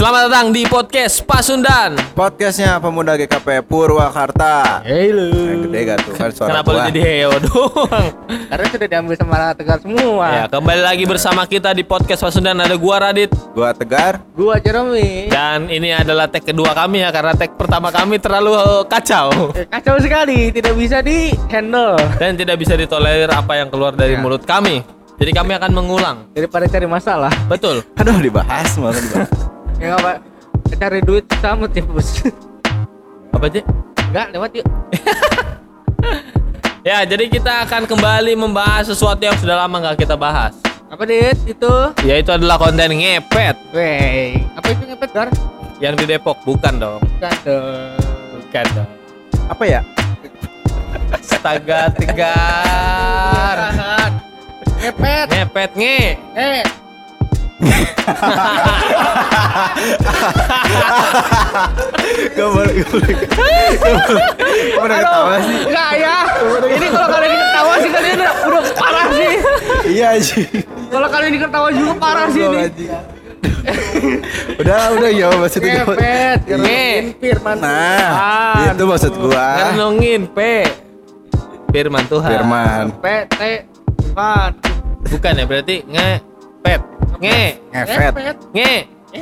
Selamat datang di podcast Pasundan. Podcastnya pemuda GKP Purwakarta. Halo. Gede gak tuh kan suara Kenapa lu gua? jadi heo doang? Karena sudah diambil sama Tegar semua. Ya, kembali lagi bersama kita di podcast Pasundan. Ada gua Radit Gua Tegar. Gua Jeremy. dan ini adalah tag kedua kami ya, karena tag pertama kami terlalu kacau Kacau sekali, tidak bisa di handle. dan tidak bisa ditolerir apa yang keluar dari mulut kami. Jadi kami akan mengulang. Daripada cari masalah. Betul. Aduh dibahas malah dibahas. Ya apa? Cari duit sama ya bos. Apa sih? Enggak, lewat yuk. Ya, jadi kita akan kembali membahas sesuatu yang sudah lama nggak kita bahas. Apa Dit? Itu? Yaitu adalah konten ngepet Wey, apa itu ngepet Gar? yang di Depok. Bukan dong. Bukan dong. Bukan dong. Apa ya? Astaga, Tegar. Ngepet. Ngepet nge. Gak boleh. Udah ketawa sih. Enggak ya. Ini kalau kalian ketawa sih kalian udah parah sih. Iya sih. Kalau kalian ketawa juga parah sih ini. Udah ya maksud itu. Ngepet. Nge. Firman. Nah, itu maksud gua. Ngerenungin P. Firman Tuhan. Firman. PT. Firman. Bukan ya, berarti ngepet. Ngefet. Nge.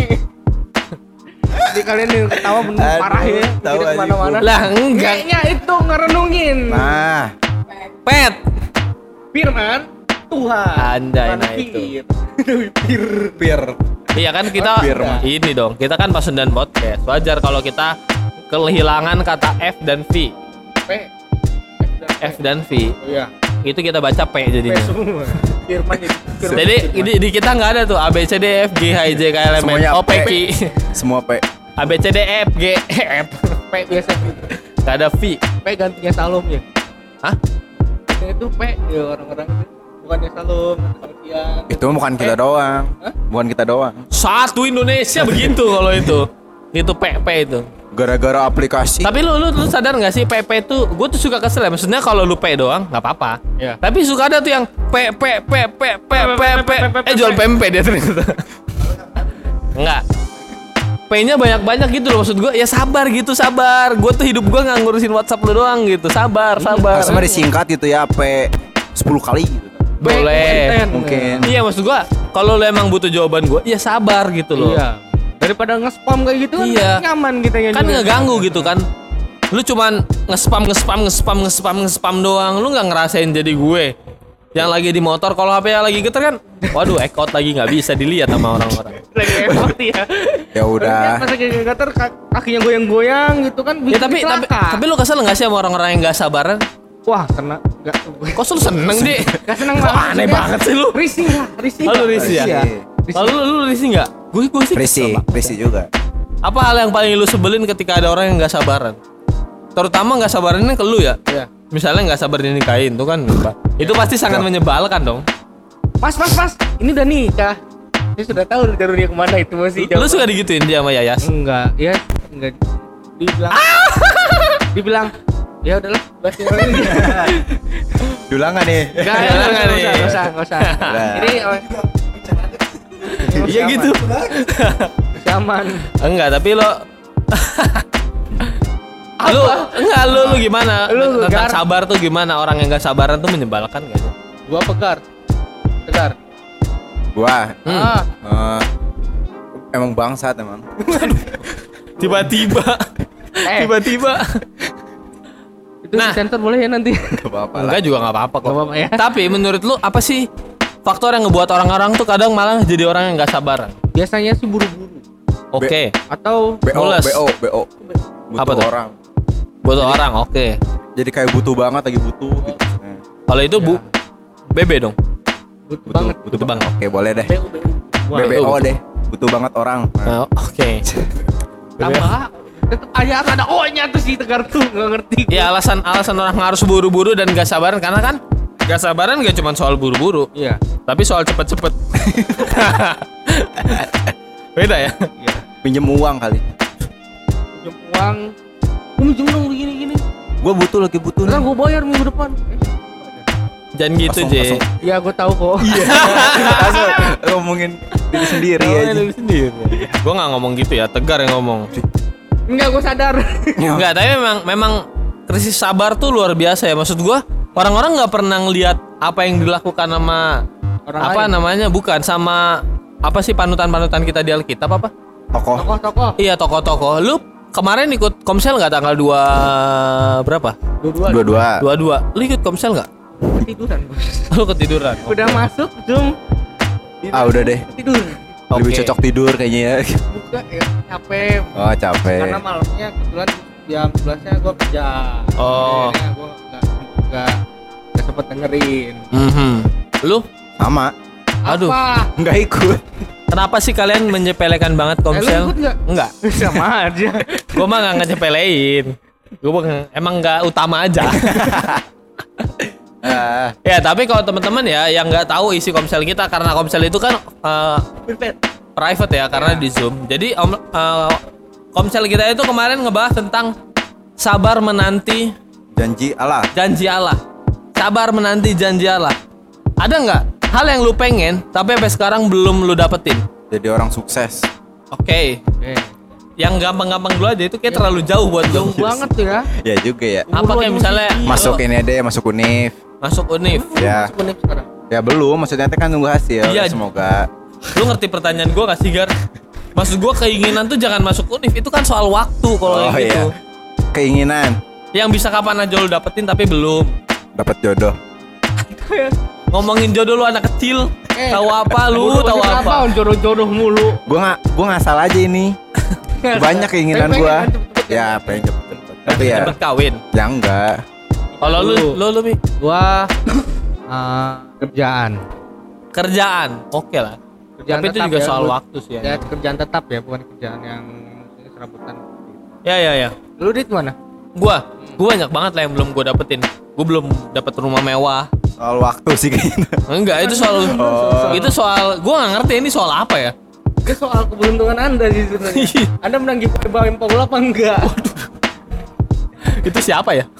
Jadi kalian yang ketawa bener Aduh, parah ya. tahu Tidak aja kemana-mana. gua. Lah enggak. Kayaknya itu ngerenungin. Nah, Pet. Firman Tuhan. Andai, Bukan nah itu. pir. Iya kan kita Firman. ini dong. Kita kan Pasundan podcast. Wajar kalau kita kehilangan kata F dan V. P. F dan V. Oh iya. Itu kita baca P P jadinya. semua. Firman jadi. Jadi di kita nggak ada tuh A B C D F G H I J K L M N Semuanya O P P. Q Semua P. A B C D E F G F. P biasa gitu. Gak ada V. P gantinya Salom ya. Hah? Itu P ya orang-orang itu. Bukannya Salom, Saltian. Itu bukan kita doang. Hah? Bukan kita doang. Satu Indonesia begitu kalau itu. Itu PP itu. Gara-gara aplikasi. Tapi lu sadar nggak sih PP itu? Gue tuh suka kesel ya. Maksudnya kalau lu P doang nggak apa-apa. Iya. Tapi suka ada tuh yang P. Jual PMP dia ternyata. Enggak. P-nya banyak-banyak gitu loh. Maksud gue ya sabar gitu, sabar. Gue tuh hidup gue nggak ngurusin WhatsApp lu doang gitu. Sabar. Harusnya disingkat gitu ya P 10 kali gitu. Boleh. konten. Mungkin. Iya, maksud gue kalau lu emang butuh jawaban gue, ya sabar gitu loh. Iya. Daripada nge-spam kayak gitu Iya. kan nyaman kitanya Kan juga. ngeganggu gitu kan. Lu cuman nge-spam doang. Lu nggak ngerasain jadi gue yang lagi di motor. Kalau HP-nya lagi geter kan, waduh, ekot lagi nggak bisa dilihat sama orang-orang. Lagi effort ya. Ya udah. Pas lagi gater kakinya goyang-goyang gitu kan Ya bisa tapi celaka. lu kesel nggak sih sama orang-orang yang nggak sabaran? Wah, kena enggak Kok lu seneng sih? Gak seneng Kok banget. aneh banget sih lu? Risih lah, risih. Oh, lu risih ya? Risih. Kalau lu risih nggak? Gue sih kesel, Pak. Risi juga. Apa hal yang paling lu sebelin ketika ada orang yang nggak sabaran? Terutama nggak sabarannya ke lu ya. Iya. Misalnya nggak sabar dinikahin tuh kan, itu pasti sangat menyebalkan dong. Mas. Ini udah nikah. Saya sudah tahu jalur dia kemana itu masih Lu suka digituin dia sama Yayas? Enggak, ya enggak. Dibilang ya udahlah, bahas yang lain. Diulang nggak nih? Enggak usah. Udah. Ini Iya gitu. Aman. Enggak, tapi lo lu gimana? Lu, Tentang Gar. sabar tuh gimana? Orang yang nggak sabaran tuh menyebalkan gak sih? Gua Tegar. Gua Hmm. emang bangsat emang. Tiba-tiba Itu Nah. sensor boleh ya nanti. Gak apa-apa lah. enggak juga nggak apa-apa kok. Nggak apa-apa ya. Tapi menurut lu apa sih faktor yang ngebuat orang-orang tuh kadang malah jadi orang yang nggak sabaran? Biasanya sih buru-buru Oke. atau Mules. BO. Butuh Apa tuh? orang. Butuh orang, oke. Jadi kayak butuh banget lagi butuh gitu. Kalau itu BB dong. butuh banget. Butuh banget. Oke, boleh deh. Wah, BBO itu. deh. Butuh banget orang. Oh, oke. Tambah tetap aja ada O-nya tuh si Tegar tuh nggak ngerti. Ya alasan orang harus buru-buru dan gak sabaran karena kan gak sabaran gak cuma soal buru-buru, Iya. tapi soal cepet-cepet. Beda ya? Iya. Pinjem uang kali. Pinjam uang. Gua minjem dong begini-gini. Gua lagi butuh Ntar nih. gua bayar minggu depan. Jangan gitu, Kosong, J. kosong. Iya, gua tahu kok. Langsung ngomongin diri sendiri Ngomongin aja. diri sendiri. Gue nggak ngomong gitu ya, Tegar yang ngomong. Enggak, gue sadar. Enggak, tapi memang krisis sabar tuh luar biasa ya. Maksud gue orang-orang nggak pernah ngelihat apa yang dilakukan sama Orang apa lain. namanya, bukan sama apa sih panutan-panutan kita di Alkitab apa? Tokoh. Tokoh-tokoh. Iya, tokoh-tokoh. Lu kemarin ikut Komsel nggak tanggal 2 berapa? Dua-dua. 22. Lu ikut Komsel nggak? Ketiduran, Bos. Lu ketiduran. Udah masuk Zoom. Ah, udah deh. Tidur. Lebih Oke. cocok tidur kayaknya ya. Buka ya, capek. Oh, capek. Karena malamnya kebetulan jam 11-nya gue kerja. Oh. Akhirnya gue nggak sempet dengerin. Mhm. Lu? Sama. Aduh. Apa? Enggak ikut. Kenapa sih kalian menyepelekan banget Komsel? ikut nggak? Enggak. Sama aja. Gue mah nggak ngejepelein. Gue emang nggak utama aja. Ya, tapi kalau teman-teman ya yang nggak tahu isi Komsel kita, karena Komsel itu kan private ya, karena di Zoom. Jadi Komsel kita itu kemarin ngebahas tentang sabar menanti Janji Allah. janji Allah. Sabar menanti janji Allah. Ada nggak hal yang lu pengen tapi sampai sekarang belum lu dapetin? Jadi orang sukses. Oke. Yang gampang-gampang dulu aja itu kayak terlalu jauh buat Jauh lu. banget tuh ya. Ya juga ya. Apa kayak misalnya Masuk lu ini deh, masuk univ. masuk univ. Ya. Masuk univ sekarang. Ya belum, maksudnya kan nunggu hasil. Iya. Semoga. Lu ngerti pertanyaan gua gak sih, Gar? Maksud gua keinginan tuh jangan masuk univ, itu kan soal waktu kalau Oh kayak gitu. iya. Keinginan Yang bisa kapan aja lu dapetin tapi belum. dapat jodoh. Ngomongin jodoh lu anak kecil. Tahu apa lu? Tahu apa? Jodoh-jodoh mulu. Gua ngasal aja ini. Banyak keinginan Pengen gua. kan cepet-cepet Ya, pengen cepet-cepet. Tapi ya, Cepet kawin. ya enggak. Kalau lu Mi, Gua kerjaan. kerjaan. Oke lah. Kerjaan Tapi itu tetap juga ya, soal gua- waktu sih Ya ya. kerjaan tetap ya, bukan kerjaan yang maksudnya serabutan. Ya. Lu Dit mana? Gua banyak banget lah yang belum gua dapetin. Gua belum dapet rumah mewah. Soal waktu sih kayaknya. Enggak, itu soal gua nggak ngerti ini soal apa ya. Itu soal keberuntungan Anda sih sebenarnya. Anda menang Bang Paul apa enggak? Itu siapa ya?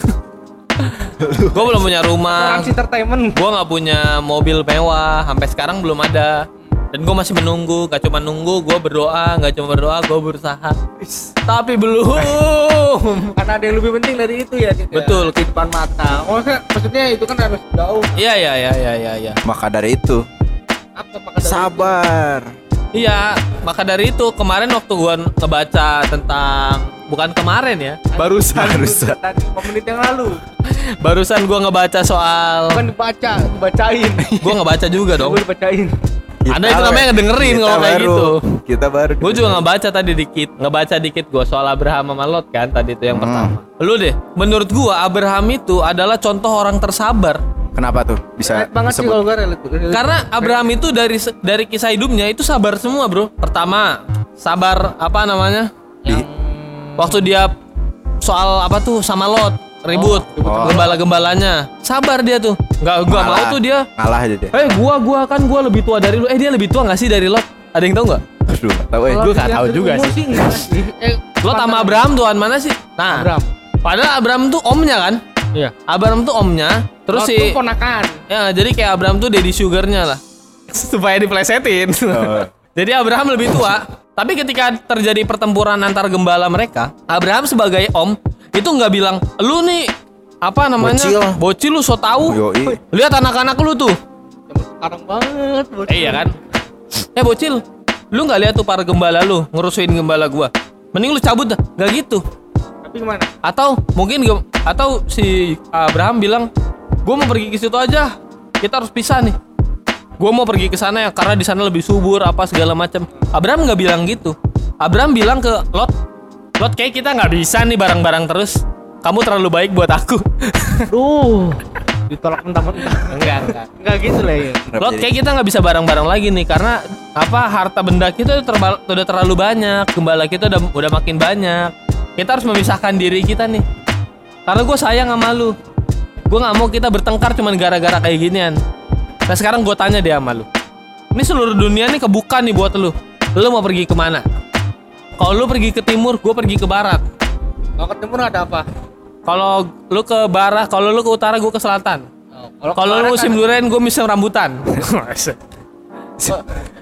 Gua belum punya rumah. Trans Entertainment. Gua nggak punya mobil mewah, sampai sekarang belum ada. Dan gue masih menunggu, gak cuma nunggu, gue berdoa, gak cuma berdoa, gue berusaha. Tapi belum. Karena ada yang lebih penting dari itu ya. Dit, ya. Betul. Di depan mata. Maksudnya itu kan harus jauh. Iya. Maka dari itu, Apa dari sabar. Iya, maka dari itu kemarin waktu gue ngebaca tentang, bukan kemarin ya, barusan Tadi 5 menit yang lalu. barusan gue ngebaca soal, Bukan dibacain. gue ngebaca juga dong. Gue dibacain. Ada itu namanya ngedengerin kita kalau kayak baru- gitu. Kita baru. Gue juga ngebaca dikit gue soal Abraham sama Lot kan tadi itu yang pertama. Lu deh, menurut gue Abraham itu adalah contoh orang tersabar. Kenapa tuh? Bisa Relate banget sih disebut? kalau gue relate. Karena Abraham itu dari kisah hidupnya itu sabar semua, bro. Pertama, sabar apa namanya? Yang Waktu dia soal apa tuh sama Lot ribut, Oh. gembala-gembalanya. Sabar dia tuh. Nggak mau Ngalah. tuh dia. Ngalah aja dia. Gua lebih tua dari lu. Dia lebih tua nggak sih dari Lot? Ada yang tahu nggak? Aduh, nggak tahu kalau Gua nggak dilihat tahu dari juga umur sih. enggak sih. Lot sama Abraham tuan mana sih? Nah, Abraham. padahal Abraham tuh omnya kan? Iya. Abraham tuh omnya. Terus Lot si tuh ponakan. ya jadi kayak Abraham tuh daddy sugarnya lah. Supaya diplesetin. Oh. Jadi Abraham lebih tua. Tapi ketika terjadi pertempuran antar gembala mereka, Abraham sebagai om itu nggak bilang, lu nih apa namanya? Bocil lu so tahu. Yoi. Lihat anak-anak lu tuh. Zaman sekarang banget. bocil. Iya kan? Bocil, lu nggak lihat tuh para gembala lu ngerusuin gembala gua. Mending lu cabut dah. Gak gitu. Tapi gimana? Atau mungkin atau si Abraham bilang, gua mau pergi ke situ aja. Kita harus pisah nih. Gua mau pergi ke sana ya karena di sana lebih subur apa segala macam. Abraham nggak bilang gitu. Abraham bilang ke Lot, kayak kita nggak bisa nih bareng-bareng terus. Kamu terlalu baik buat aku. Duh. Ditolak mentah-mentah. Enggak. Enggak gitu lah ya. Lot kayak kita nggak bisa bareng-bareng lagi nih karena apa harta benda kita udah terlalu banyak, gembala kita udah makin banyak. Kita harus memisahkan diri kita nih. Karena gue sayang sama lu. Gue nggak mau kita bertengkar cuman gara-gara kayak ginian. Nah sekarang gue tanya deh sama lu. Ini seluruh dunia nih kebuka nih buat lu. Lu mau pergi kemana? Kalau lu pergi ke timur, gue pergi ke barat. Kalau ke timur ada apa? Kalau lu ke barat, kalau lu ke utara, gue ke selatan. Kalau lu musim durian, gue musim rambutan.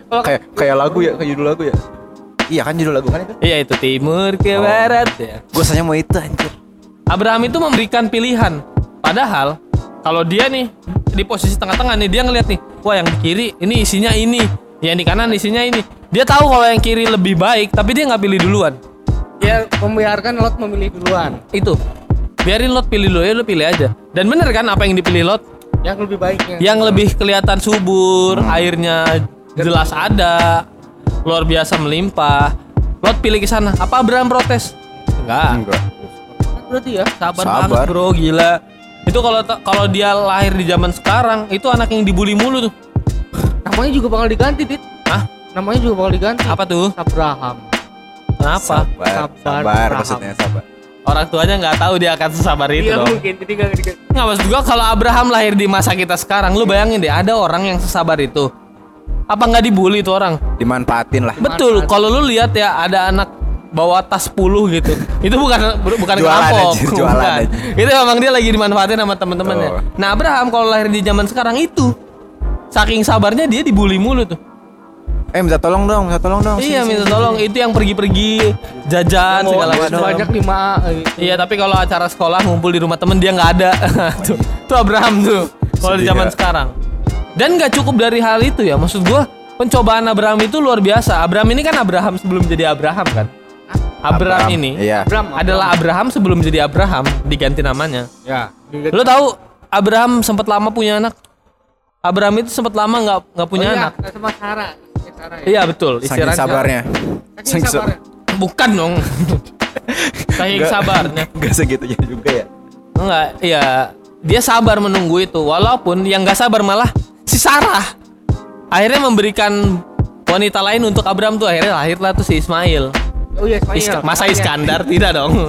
Kayak lagu ya, kayak judul lagu ya. Iya kan judul lagu kan itu. Iya itu timur ke barat ya. Gue rasanya mau itu anjir. Abraham itu memberikan pilihan. Padahal kalau dia nih di posisi tengah-tengah nih, dia ngeliat nih, wah yang di kiri ini isinya ini, yang di kanan isinya ini. Dia tahu kalau yang kiri lebih baik, tapi dia nggak pilih duluan. Dia membiarkan Lot memilih duluan. Itu. Biarin Lot pilih dulu ya, lu pilih aja. Dan bener kan apa yang dipilih Lot? Yang lebih baiknya. Yang lebih kelihatan subur, airnya jelas ada, luar biasa melimpah. Lot pilih ke sana. Apa Abraham protes? Enggak. Berarti ya. Sabar Sabar. banget bro, gila. Itu kalau dia lahir di zaman sekarang, itu anak yang dibully mulu tuh. Namanya juga bakal diganti, Dit. Hah? Namanya juga bakal diganti. Apa tuh? Abraham. Kenapa? Sabar maksudnya sabar. Orang tuanya nggak tahu dia akan sesabar itu Iya dong. mungkin, jadi nggak diganti. Nggak, maksud gua kalau Abraham lahir di masa kita sekarang, lu bayangin deh, ada orang yang sesabar itu. Apa nggak dibully tuh orang? Dimanfaatin lah. Betul. Kalau lu lihat ya, ada anak bawa tas 10 gitu. Itu bukan Jualan ngerampok. aja, jualan Bukan. aja. Itu memang dia lagi dimanfaatin sama teman-temannya. Oh. Nah, Abraham kalau lahir di zaman sekarang itu, saking sabarnya dia dibully mulu tuh. Minta tolong dong. Iya, minta tolong. Itu yang pergi-pergi jajan segala macam. Banyak 5. Iya, tapi kalau acara sekolah ngumpul di rumah temen dia nggak ada. Tuh Abraham tuh. Kalau di Sedih zaman ya. sekarang. Dan nggak cukup dari hal itu ya. Maksud gua, pencobaan Abraham itu luar biasa. Abraham ini kan Abraham sebelum jadi Abraham kan. Abraham ini Iya. adalah Abraham sebelum jadi Abraham, diganti namanya. Ya. Lo tahu Abraham sempat lama punya anak. Abraham itu sempat lama nggak punya anak. Sama Sarah. Sarah ya. Iya betul. Saking Istilahnya- sabarnya. Saking sabarnya. Bukan dong. Saking Nggak. sabarnya. Gak segitunya juga ya. Enggak, iya. Dia sabar menunggu itu. Walaupun yang nggak sabar malah si Sarah. Akhirnya memberikan wanita lain untuk Abraham tuh. Akhirnya lahirlah tuh si Ismail. Oh iya, Ismail. Masa Iskandar tidak dong.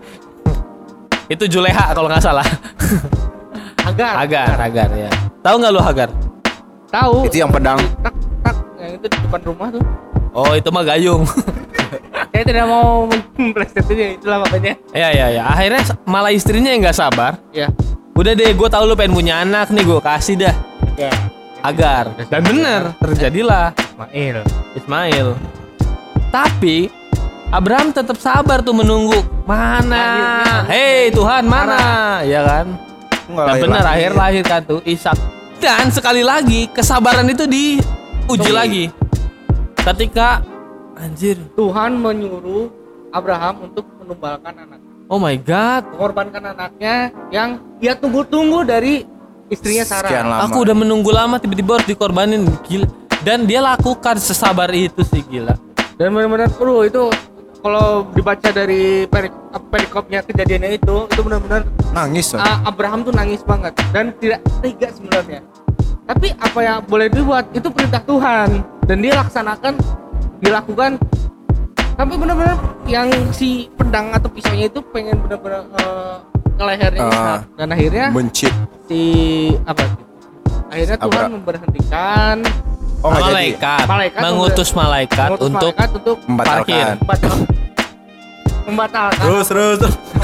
Itu Juleha kalau nggak salah. Hagar ya. Tahu nggak lu Hagar? Tahu. Itu yang pedang. Tak tak yang itu di depan rumah tuh. Oh itu mah Gayung. Saya tidak mau memplesetinnya, itulah makanya. Ya. Akhirnya malah istrinya yang nggak sabar. Ya. Udah deh, gue tahu lu pengen punya anak nih, gue kasih dah. Ya. Hagar. Dan bener, terjadilah Ismail. Tapi Abraham tetap sabar tuh menunggu. Mana? Hei Tuhan, mana? Ya kan? Dan benar akhir lahir kan tuh Ishak. Dan sekali lagi kesabaran itu diuji lagi. Ketika anjir, Tuhan menyuruh Abraham untuk menumbalkan anak. oh my god, Mengorbankan anaknya yang dia tunggu-tunggu dari istrinya Sarah. Sekian lama. aku udah menunggu lama tiba-tiba harus dikorbanin, gila. Dan dia lakukan sesabar itu sih, gila. Dan benar-benar itu kalau dibaca dari perikopnya kejadiannya itu benar-benar Nangis loh. Abraham tuh nangis banget dan tidak tega sebenarnya. Tapi apa yang boleh dibuat itu perintah Tuhan dan dia dilakukan sampai benar-benar yang si pedang atau pisaunya itu pengen benar-benar ke lehernya Ishak. Dan akhirnya Bencit. akhirnya Tuhan memberhentikan Oh nggak jadi. Malaikat mengutus malaikat untuk Membatalkan. membatalkan. Terus.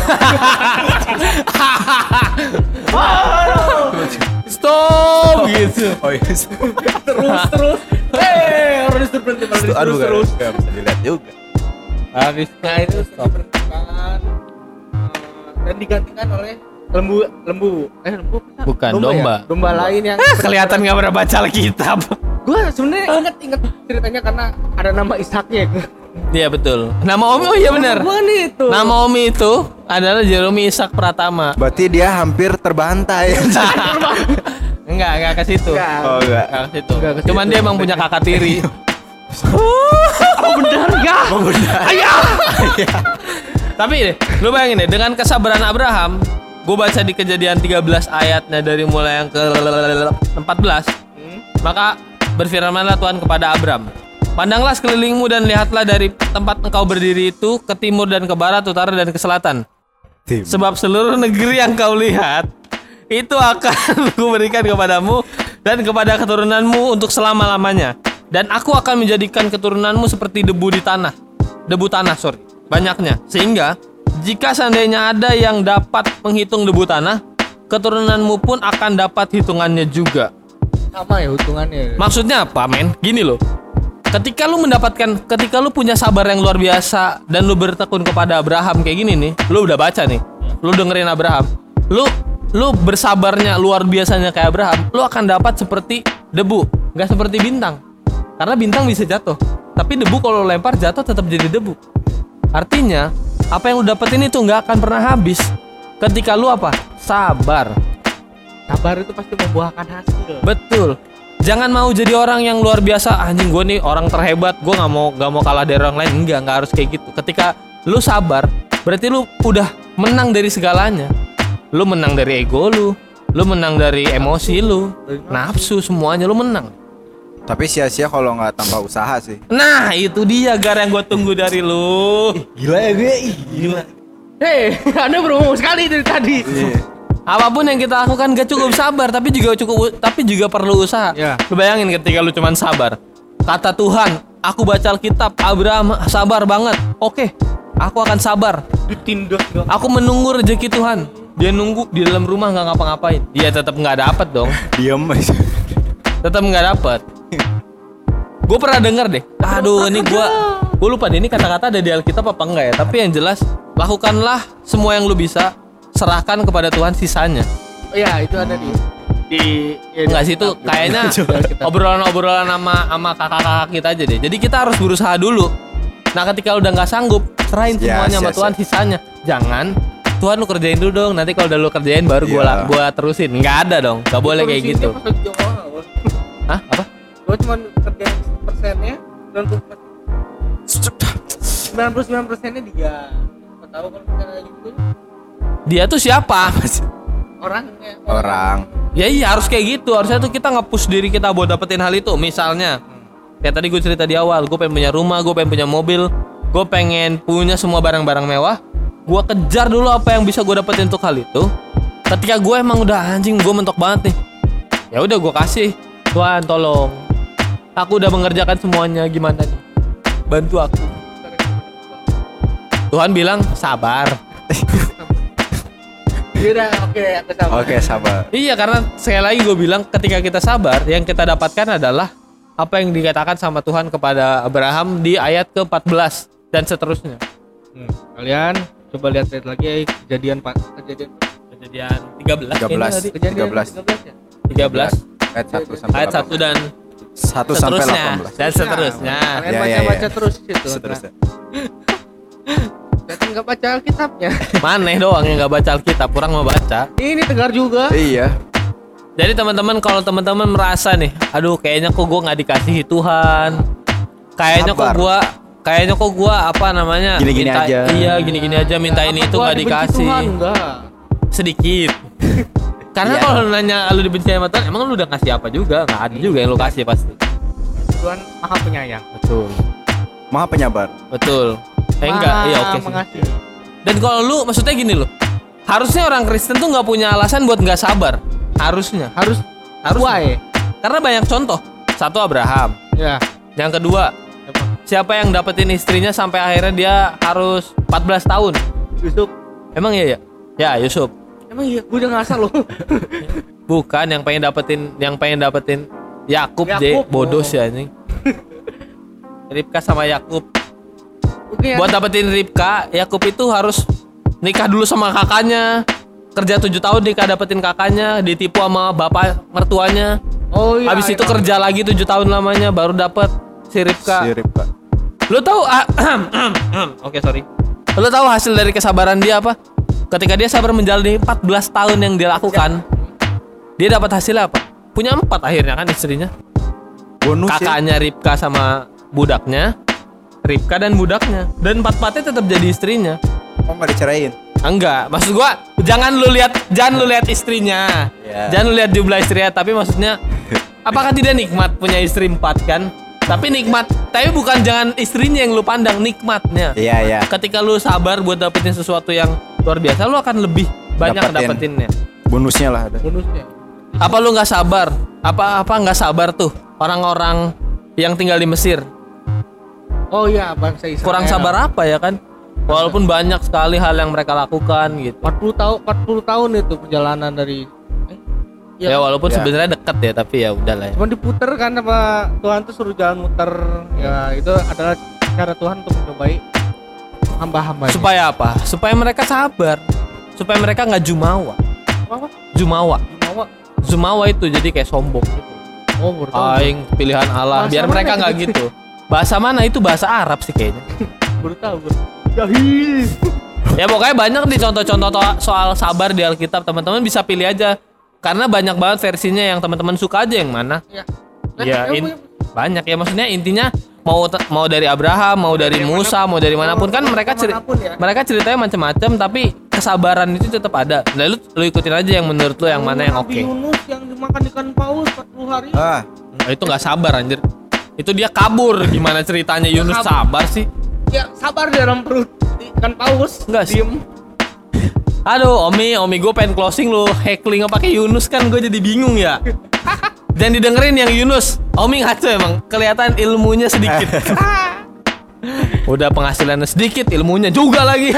stop gitu. Oh iya. terus orang disuruh berhenti Aduh terus gak bisa dilihat juga. Habisnya itu stop. diberhentikan dan digantikan oleh lembu lembu apa? Bukan, Domba domba. ya? Domba lain yang Kelihatan nggak pernah baca Alkitab. gue sebenarnya inget ceritanya karena ada nama Ishaknya. Iya betul. Nama Omi, oh iya benar. Bukan itu. Nama Omi itu adalah Jeromi Ishak Pratama. Berarti dia hampir terbantai. Enggak ke situ. Enggak. Oh enggak. Enggak ke situ. Enggak ke Cuman situ. dia emang punya kakak tiri. Oh benar enggak? Oh benar. Ayah. Tapi deh, lu bayangin deh, dengan kesabaran Abraham, gue baca di Kejadian 13 ayatnya dari mulai yang ke 14, maka berfirmanlah Tuhan kepada Abram, pandanglah sekelilingmu dan lihatlah dari tempat engkau berdiri itu ke timur dan ke barat, utara dan ke selatan. Sebab seluruh negeri yang kau lihat itu akan kuberikan kepadamu dan kepada keturunanmu untuk selama-lamanya. Dan aku akan menjadikan keturunanmu seperti debu tanah, banyaknya. Sehingga jika seandainya ada yang dapat menghitung debu tanah, keturunanmu pun akan dapat hitungannya juga. Sama ya hitungannya. Maksudnya apa, men? Gini loh. ketika lu punya sabar yang luar biasa dan lu bertekun kepada Abraham kayak gini nih, lu udah baca nih, lu dengerin Abraham, lu bersabarnya luar biasanya kayak Abraham, lu akan dapat seperti debu, nggak seperti bintang, karena bintang bisa jatuh, tapi debu kalau lempar jatuh tetap jadi debu. Artinya apa yang lu dapetin itu nggak akan pernah habis ketika lu apa? Sabar. Sabar itu pasti membuahkan hasil. Betul. Jangan mau jadi orang yang luar biasa. Anjing, gue nih orang terhebat, gue nggak mau kalah dari orang lain. Nggak harus kayak gitu. Ketika lu sabar, berarti lu udah menang dari segalanya. Lu menang dari ego lu menang dari emosi lu, nafsu, semuanya lu menang. Tapi sia-sia kalau nggak tanpa usaha sih. Nah itu dia Gar yang gue tunggu dari lu. Gila ya gue, gila. Hei, Anda berumur sekali dari tadi. Apapun yang kita lakukan gak cukup sabar, tapi juga perlu usaha. Ya. Lu bayangin ketika lu cuman sabar. Kata Tuhan, aku baca Alkitab, Abraham sabar banget. Oke, aku akan sabar. Ditindas dong. Aku menunggu rezeki Tuhan. Dia nunggu di dalam rumah nggak ngapa-ngapain. Dia tetap nggak dapet dong. Diam aja. Tetap nggak dapet. Gue pernah denger deh. Aduh, ini gue lupa deh ini kata-kata ada di Alkitab apa enggak ya. Tapi yang jelas, lakukanlah semua yang lu bisa. Serahkan kepada Tuhan sisanya. Oh iya, itu ada di Enggak sih, itu kayaknya obrolan-obrolan sama kakak-kakak kita aja deh. Jadi kita harus berusaha dulu. Nah ketika udah nggak sanggup, serahin semuanya sama Tuhan sisanya. Jangan Tuhan lu kerjain dulu dong. Nanti kalau udah lu kerjain baru gua terusin. Nggak ada dong. Nggak boleh kayak gitu. Hah? Apa? Gua cuma kerjain persennya, 99%-nya dia. Gak tahu kalau misalnya gitu. Dia tuh siapa? Orang. Ya iya harus kayak gitu. Harusnya tuh kita nge-push diri kita buat dapetin hal itu. Misalnya kayak tadi gue cerita di awal, gue pengen punya rumah, gue pengen punya mobil, gue pengen punya semua barang-barang mewah. Gue kejar dulu apa yang bisa gue dapetin untuk hal itu. Ketika gue emang udah anjing, gue mentok banget nih, ya udah gue kasih, Tuhan tolong, aku udah mengerjakan semuanya, gimana nih, bantu aku. Tuhan bilang sabar. Oke, sabar. Iya, karena sekali lagi gue bilang ketika kita sabar, yang kita dapatkan adalah apa yang dikatakan sama Tuhan kepada Abraham di ayat ke-14 dan seterusnya. Kalian coba lihat lagi kejadian 13 ayat 1 dan 1 sampai 18. Dan seterusnya. Kalian baca terus situ. Seterusnya. Saya nggak baca Alkitabnya. Maneh doang yang nggak baca Alkitab, kurang mau baca. Ini Tegar juga. Iya. Jadi teman-teman, kalau teman-teman merasa nih, aduh kayaknya kok gue nggak dikasihi Tuhan, kayaknya kok gue apa namanya gini-gini minta, aja. Iya gini-gini aja minta ini itu nggak dikasih. Tuhan, enggak. Sedikit. Karena Iya. kalau nanya lu dibenci sama Tuhan, emang lu udah kasih apa juga? Nggak ada juga yang lu kasih pasti. Tuhan Maha Penyayang. Betul. Maha penyabar. Betul. Enggak, iya oke sih. Mengasihi. Dan kalau lu maksudnya gini loh, harusnya orang Kristen tuh nggak punya alasan buat nggak sabar. Harusnya. Why? Karena banyak contoh. Satu Abraham. Ya. Yang kedua, siapa yang dapetin istrinya sampai akhirnya dia harus 14 tahun? Yusuf. Emang iya ya? Ya, Yusuf. Emang iya, gue udah ngasal loh. Bukan yang pengen dapetin Yakub, Yakub, bodoh sih anjing. Ribka sama Yakub. Oke, Buat dapetin Ribka, Yakub itu harus nikah dulu sama kakaknya. Kerja 7 tahun nikah dapetin kakaknya, ditipu sama bapak mertuanya. Oh iya. Habis itu kerja lagi 7 tahun lamanya baru dapet si Ribka. Lu tahu Oke, sorry. Lu tahu hasil dari kesabaran dia apa? Ketika dia sabar menjalani 14 tahun yang dia lakukan, dia dapat hasilnya apa? Punya 4 akhirnya kan istrinya. Bonus Kakaknya Ribka sama budaknya, Ribka dan budaknya. Dan 4-4-nya tetap jadi istrinya. Oh, nggak dicerain. Enggak, maksud gua jangan lu lihat istrinya. Yeah. Jangan lu lihat jumlah istrinya, tapi maksudnya apakah tidak nikmat punya istri 4 kan? Tapi nikmat, tapi bukan jangan istrinya yang lu pandang, nikmatnya. Iya, iya. Ketika lu sabar buat dapetin sesuatu yang luar biasa, lu akan lebih banyak dapetinnya. Bonusnya lah ada. Bonusnya. Apa lu nggak sabar? Apa nggak sabar tuh orang-orang yang tinggal di Mesir? Oh iya, bangsa Israel. Kurang sabar apa ya kan? Walaupun banyak sekali hal yang mereka lakukan gitu. 40 tahun itu perjalanan dari Ya walaupun Ya. sebenarnya dekat ya, tapi ya udahlah ya. Cuma diputer kan sama Tuhan tuh suruh jalan muter. Ya itu adalah cara Tuhan untuk mencobai hamba-hamba. Supaya apa? Supaya mereka sabar. Supaya mereka nggak jumawa. Apa? Jumawa. Mau Jumawa itu jadi kayak sombong gitu. oh baru tahu. Aing pilihan Allah. Bahasa Biar mana mereka nggak gitu. Bahasa mana itu? Bahasa Arab sih kayaknya. Baru tahu gue. Jahil. Ya pokoknya banyak nih contoh-contoh soal sabar di Alkitab. Teman-teman bisa pilih aja. Karena banyak banget versinya yang teman-teman suka aja yang mana. Ya. Ya banyak ya, maksudnya intinya mau dari Abraham, mau dari Musa, mau dari manapun kan mereka ya. mereka ceritanya macam-macam, tapi kesabaran itu tetap ada. Nah, lu ikutin aja yang menurut lu yang mana yang oke. Nabi Yunus yang dimakan ikan paus 40 hari. Ah, Nah, itu nggak sabar anjir. Itu dia kabur. Gimana ceritanya Yunus sabar sih? Ya sabar di dalam perut ikan paus. Enggak sih. Diem. Aduh, Omi gue pengen closing lu heckling pakai Yunus kan gue jadi bingung ya. Dan didengerin yang Yunus. Omi ngaco emang, kelihatan ilmunya sedikit. Udah penghasilannya sedikit, ilmunya juga lagi.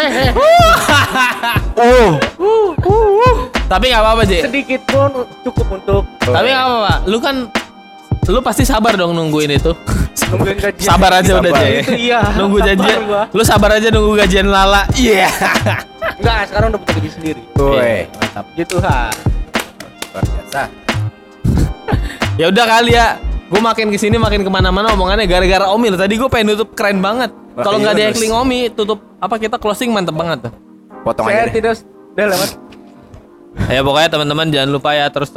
Tapi nggak apa-apa, J. Sedikit pun cukup untuk Tapi nggak apa-apa. Lu pasti sabar dong nungguin itu. nungguin gajian. Sabar aja udah, Sabar. J. Itu iya. Nunggu Sabar gajian. gua. Lu sabar aja nunggu gajian Lala. Iya. Enggak, sekarang udah punya gaji sendiri. woi, Mantap. Gitu ha. luar biasa. Ya udah kali ya. Gue makin kesini makin kemana-mana omongannya gara-gara Omi. Tadi gue pengen nutup keren banget. Kalau nggak ada heckling Omi, tutup apa kita closing mantep banget tuh. Potong Saya aja deh. tidak udah lewat. Ya pokoknya teman-teman jangan lupa ya terus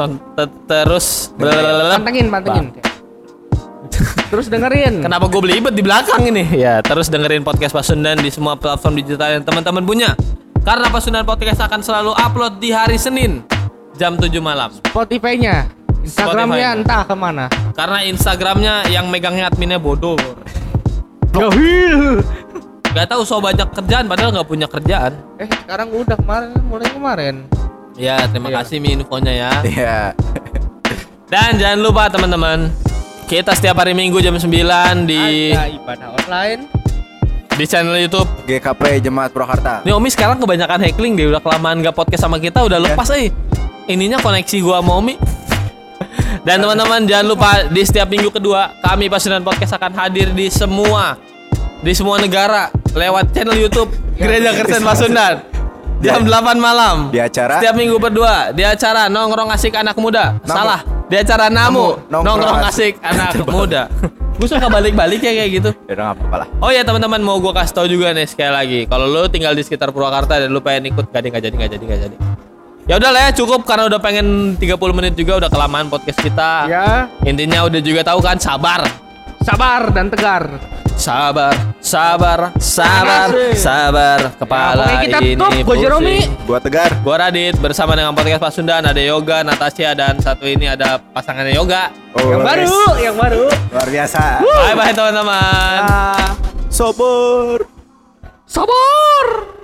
Pantengin. Terus dengerin. Kenapa gue belibet di belakang ini? Ya terus dengerin podcast Pasundan di semua platform digital yang teman-teman punya. Karena Pasundan Podcast akan selalu upload di hari Senin jam 7 malam. Spotify-nya, Instagram-nya Spotify-nya. entah kemana. Karena Instagramnya yang megangnya adminnya bodoh. Jahil. Gak tahu so banyak kerjaan padahal nggak punya kerjaan. Sekarang udah mulai kemarin. Ya terima Iya. kasih Mi infonya ya. Iya. Dan jangan lupa teman-teman, kita setiap hari Minggu jam 9 di Ada ibadah online. channel YouTube. GKP Jemaat Purwakarta. Nih Omi sekarang kebanyakan heckling dia udah kelamaan gak podcast sama kita udah lepas ininya koneksi gua sama Omi. Dan teman-teman jangan lupa di setiap minggu kedua kami Pasundan Podcast akan hadir di semua negara lewat channel YouTube Gereja Kristen Pasundan jam 8 malam. Di acara Setiap minggu berdua di acara Nongkrong Asik Anak Muda. Salah, di acara Namu Nongkrong Asik Anak Muda. Gue suka balik-balik ya kayak gitu. ya udah nggak apa-apa lah. Oh ya teman-teman mau gue kasih tau juga nih sekali lagi. Kalau lo tinggal di sekitar Purwakarta dan lo pengen ikut gak jadi. Ya udah lah ya cukup karena udah pengen 30 menit juga udah kelamaan podcast kita. Ya, Intinya udah juga tahu kan sabar. sabar dan tegar. Sabar kepala pokoknya kita ini top. Gua Jeromi. Gua Tegar. Gua Radit bersama dengan podcast Pasundan ada Yoga, Natasha dan satu ini ada pasangannya Yoga. Yang baru. Luar biasa. Bye bye teman-teman. Ah. Sobor. Sabar.